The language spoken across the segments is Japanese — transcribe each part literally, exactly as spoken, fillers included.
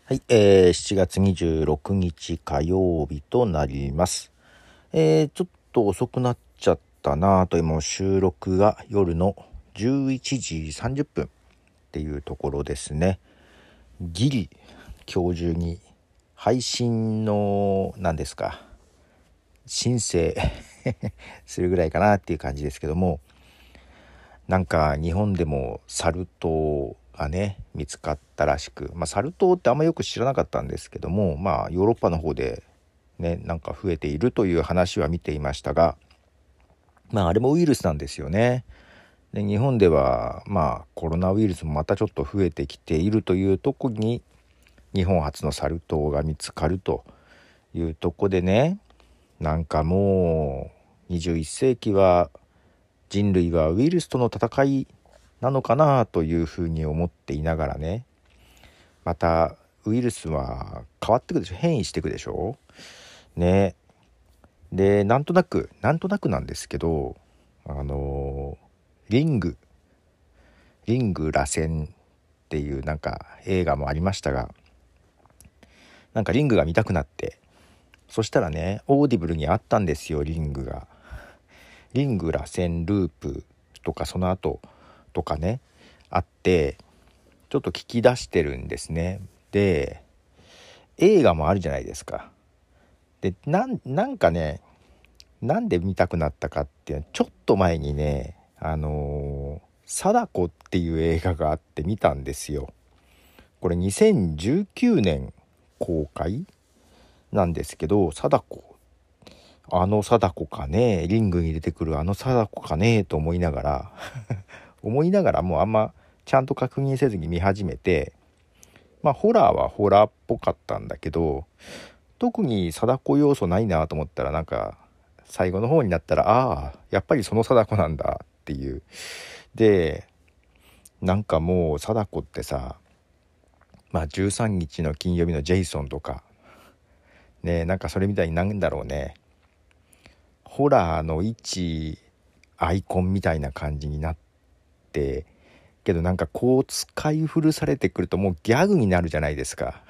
はい、えー、しちがつにじゅうろくにち火曜日となります。えー、ちょっと遅くなっちゃったなと、今収録が夜のじゅういちじさんじゅっぷんっていうところですね。ギリ今日中に配信の何ですか申請するぐらいかなっていう感じですけども、なんか日本でもサル痘がね見つかったらしく、まあ、サル痘ってあんまよく知らなかったんですけども、まあヨーロッパの方でねなんか増えているという話は見ていましたが、まああれもウイルスなんですよね。で日本ではまあコロナウイルスもまたちょっと増えてきているというとこに日本初のサル痘が見つかるというとこでね、なんかもうにじゅういっせいきは人類はウイルスとの戦いなのかなというふうに思っていながらね、またウイルスは変わってくるでしょ、変異していくでしょね。でなんとなくなんとなくなんですけど、あのリングリング螺旋っていうなんか映画もありましたが、なんかリングが見たくなって、そしたらねオーディブルにあったんですよ、リングが。リング螺旋ループとかその後とかねあって、ちょっと聞き出してるんですね。で映画もあるじゃないですか。でな ん, なんかねなんで見たくなったかってちょっと前にねあのー、貞子っていう映画があって見たんですよ。これにせんじゅうきゅうねん公開なんですけど、貞子あの貞子かね、リングに出てくるあの貞子かねと思いながら思いながらもうあんまちゃんと確認せずに見始めて、まあホラーはホラーっぽかったんだけど、特に貞子要素ないなと思ったら、なんか最後の方になったら、ああやっぱりその貞子なんだっていう。でなんかもう貞子ってさ、まあじゅうさんにちの金曜日のジェイソンとかね、なんかそれみたいになんだろうね、ホラーの一アイコンみたいな感じになってけど、なんかこう使い古されてくるともうギャグになるじゃないですか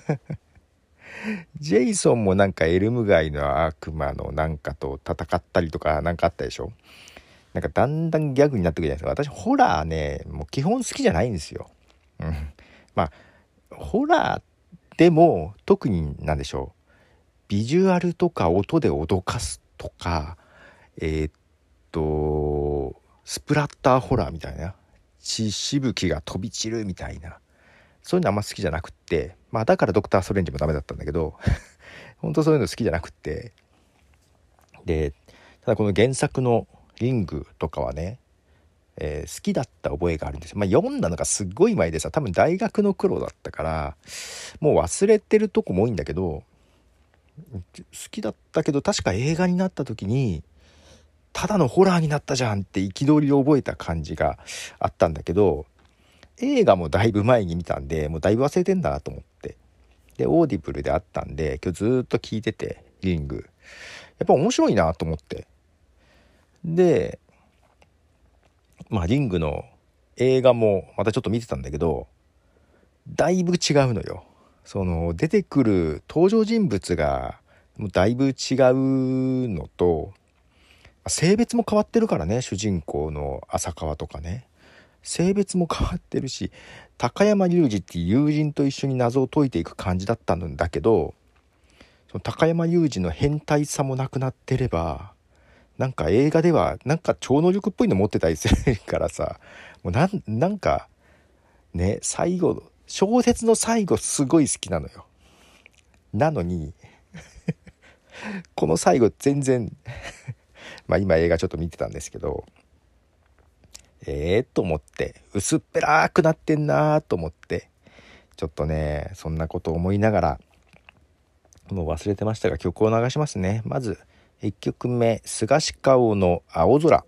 ジェイソンもなんかエルム街の悪魔のなんかと戦ったりとかなんかあったでしょ。なんかだんだんギャグになってくるじゃないですか。私ホラーねもう基本好きじゃないんですよ。うん、まあホラーでも特になんでしょう、ビジュアルとか音で脅かすとか、えー、っとスプラッターホラーみたいな、血しぶきが飛び散るみたいな、そういうのあんま好きじゃなくって、まあだからドクターストレンジもダメだったんだけど本当そういうの好きじゃなくって、でただこの原作のリングとかはね、えー、好きだった覚えがあるんですよ。まあ読んだのがすっごい前でさ、多分大学の頃だったからもう忘れてるとこも多いんだけど、好きだったけど確か映画になった時にただのホラーになったじゃんって憤りを覚えた感じがあったんだけど、映画もだいぶ前に見たんでもうだいぶ忘れてんだなと思って、でオーディブルであったんで今日ずっと聞いてて、リングやっぱ面白いなと思って、でまあリングの映画もまたちょっと見てたんだけど、だいぶ違うのよ。その出てくる登場人物がもうだいぶ違うのと、性別も変わってるからね、主人公の浅川とかね、性別も変わってるし、高山隆二っていう友人と一緒に謎を解いていく感じだったんだけど、その高山隆二の変態さもなくなってれば、なんか映画ではなんか超能力っぽいの持ってたりするからさ、もうなん、なんかね、最後小説の最後すごい好きなのよ。なのにこの最後全然まあ今映画ちょっと見てたんですけど、ええー、と思って薄っぺらくなってんなと思って、ちょっとねそんなこと思いながらもう忘れてましたが曲を流しますね。まずいっきょくめ、菅氏顔の青空。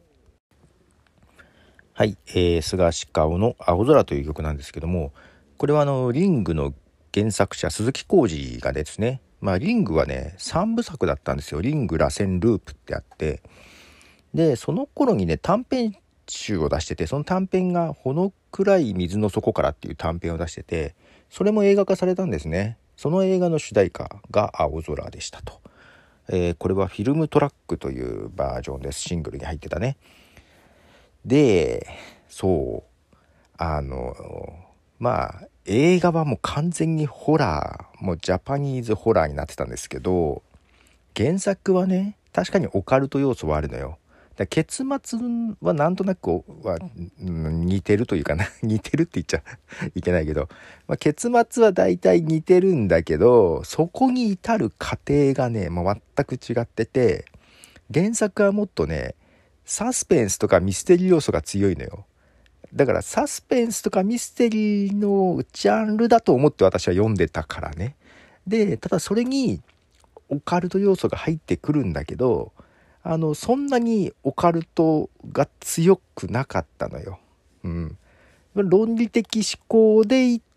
はい、えー、菅氏顔の青空という曲なんですけども、これはあのリングの原作者鈴木浩二がですね、まあリングはねさんぶさくだったんですよ。リング螺旋ループってあって、でその頃にね短編集を出してて、その短編がほの暗い水の底からっていう短編を出してて、 それも映画化されたんですね。その映画の主題歌が青空でしたと。えー、これはフィルムトラックというバージョンです。シングルに入ってたね。で、そうあのまあ映画はもう完全にホラー、もうジャパニーズホラーになってたんですけど、原作はね確かにオカルト要素はあるのよ。だ結末はなんとなくは似てるというかな似てるって言っちゃいけないけど、まあ、結末はだいたい似てるんだけど、そこに至る過程がねもう全く違ってて、原作はもっとねサスペンスとかミステリー要素が強いのよ。だからサスペンスとかミステリーのジャンルだと思って私は読んでたからね。でただそれにオカルト要素が入ってくるんだけど、あのそんなにオカルトが強くなかったのよ。うん、論理的思考でいって、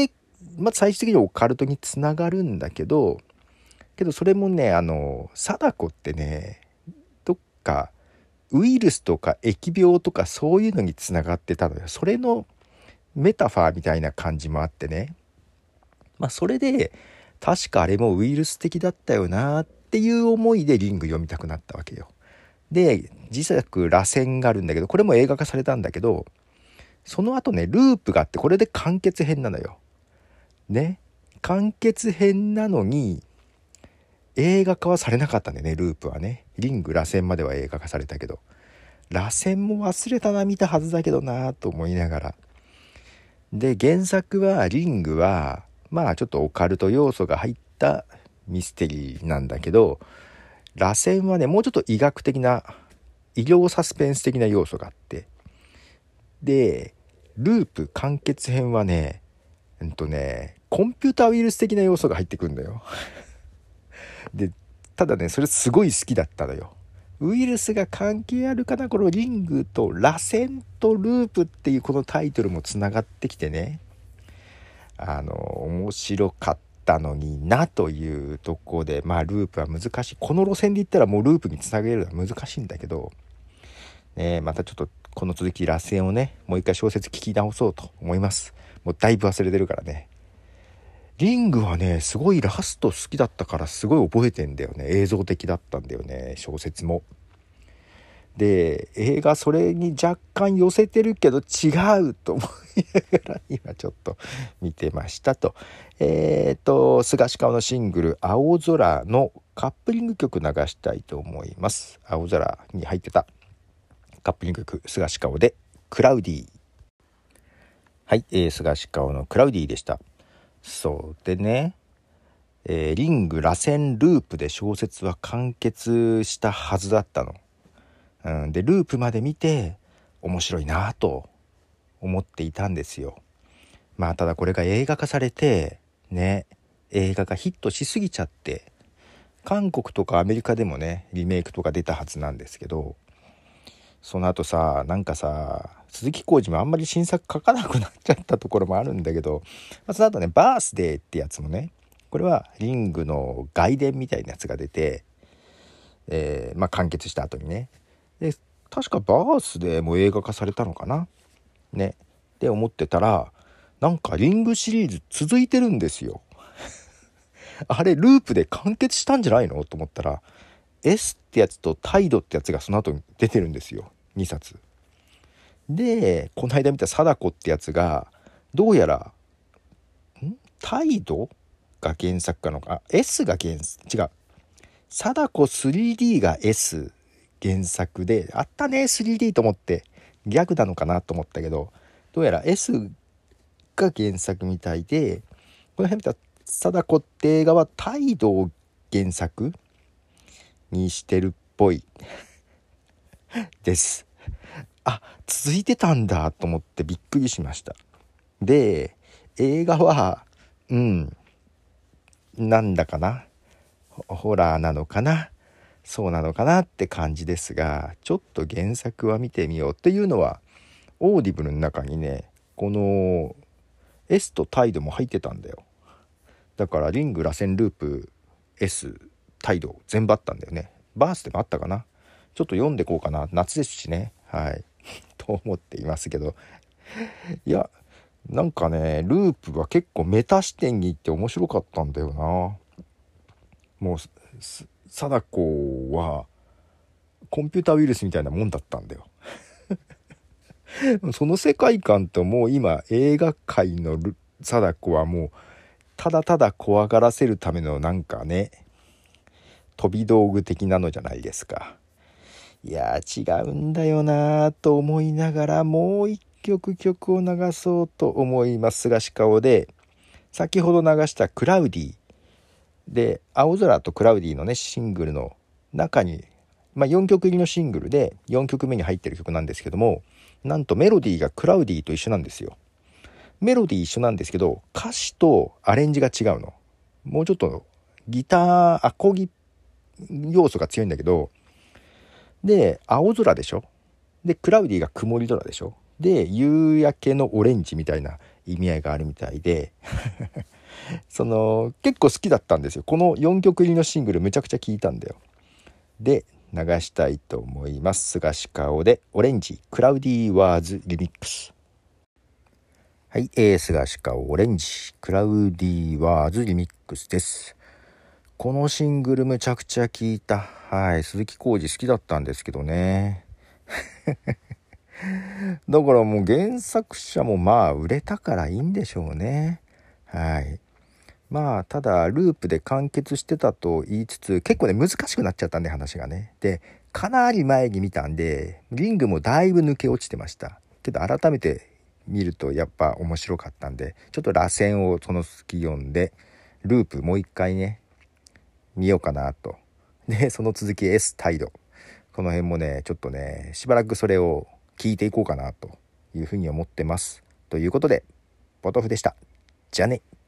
まあ、最終的にオカルトにつながるんだけど、けどそれもねあの貞子ってねどっかウイルスとか疫病とかそういうのにつながってたのよ。それのメタファーみたいな感じもあってね、まあそれで確かあれもウイルス的だったよなっていう思いでリング読みたくなったわけよ。で次作螺旋があるんだけど、これも映画化されたんだけど、その後ねループがあって、これで完結編なのよね。完結編なのに映画化はされなかったんだよね。ループはね、リング螺旋までは映画化されたけど、螺旋も忘れたな、見たはずだけどなと思いながら。で原作はリングはまあちょっとオカルト要素が入ったミステリーなんだけど、螺旋はねもうちょっと医学的な医療サスペンス的な要素があって、でループ完結編はねうんとねコンピューターウイルス的な要素が入ってくるんだよでただねそれすごい好きだったのよ。ウイルスが関係あるかな、このリングと螺旋とループっていうこのタイトルもつながってきてね、あの面白かったのになというとこで、まあループは難しい。この路線で言ったらもうループにつなげるのは難しいんだけどね、またちょっとこの続き螺旋をねもう一回小説聞き直そうと思います。もうだいぶ忘れてるからね。リングはねすごいラスト好きだったからすごい覚えてんだよね。映像的だったんだよね、小説も。で映画それに若干寄せてるけど違うと思いながら今ちょっと見てましたと。えっと菅氏顔のシングル青空のカップリング曲流したいと思います。青空に入ってたカップリング曲、菅氏顔でクラウディ。はい、えー、菅氏顔のクラウディでした。そうでね、えー、リング螺旋ループで小説は完結したはずだったの。うん、でループまで見て面白いなと思っていたんですよ。まあただこれが映画化されてね、映画がヒットしすぎちゃって、韓国とかアメリカでもねリメイクとか出たはずなんですけど、その後さなんかさ鈴木浩二もあんまり新作書かなくなっちゃったところもあるんだけど、まあ、その後ねバースデーってやつもね、これはリングの外伝みたいなやつが出て、えー、まあ完結した後にね、で確かバースデーも映画化されたのかなねって思ってたら、なんかリングシリーズ続いてるんですよあれループで完結したんじゃないのと思ったら S ってやつとタイドってやつがその後に出てるんですよ、にさつで。この間見た貞子ってやつがどうやらんタイドが原作かのか、 S が原違う貞子 スリーディー が S 原作であったね。 スリーディー と思ってギャグなのかなと思ったけど、どうやら S が原作みたいで、この辺見た貞子って映画はタイドを原作にしてるっぽいです。あ、続いてたんだと思ってびっくりしました。で映画はうんなんだかな、ホラーなのかな、そうなのかなって感じですが、ちょっと原作は見てみようっていうのはオーディブルの中にねこの S とタイドも入ってたんだよ。だからリング螺旋ループ S タイド全部あったんだよね。バースでもあったかな。ちょっと読んでこうかな、夏ですしね、はいと思っていますけど、いやなんかね、ループは結構メタ視点に行って面白かったんだよな。もう貞子はコンピューターウイルスみたいなもんだったんだよ。その世界観ともう今映画界の貞子はもうただただ怖がらせるためのなんかね、飛び道具的なのじゃないですか。いやー違うんだよなーと思いながら、もう一曲曲を流そうと思います。菅氏顔で先ほど流したクラウディで、青空とクラウディのねシングルの中に、まあ、よんきょく入りのシングルでよんきょくめに入ってる曲なんですけども、なんとメロディーがクラウディと一緒なんですよ。メロディー一緒なんですけど、歌詞とアレンジが違うの。もうちょっとギターアコギ要素が強いんだけど、で青空でしょ、でクラウディが曇り空でしょ、で夕焼けのオレンジみたいな意味合いがあるみたいでその結構好きだったんですよ。このよんきょく入りのシングルめちゃくちゃ聴いたんだよ。で流したいと思います。菅氏顔でオレンジクラウディワーズリミックス。はい、えー、菅氏顔オレンジクラウディワーズリミックスです。このシングルむちゃくちゃ聴いた。はい、鈴木浩二好きだったんですけどねだからもう原作者もまあ売れたからいいんでしょうね。はい。まあただループで完結してたと言いつつ、結構ね難しくなっちゃったんで話がね。でかなり前に見たんでリングもだいぶ抜け落ちてました。けど改めて見るとやっぱ面白かったんで、ちょっと螺旋をその隙読んでループもう一回ね見ようかなと。でその続き S 態度、この辺もねちょっとねしばらくそれを聞いていこうかなというふうに思ってます。ということでポトフでした。じゃあね。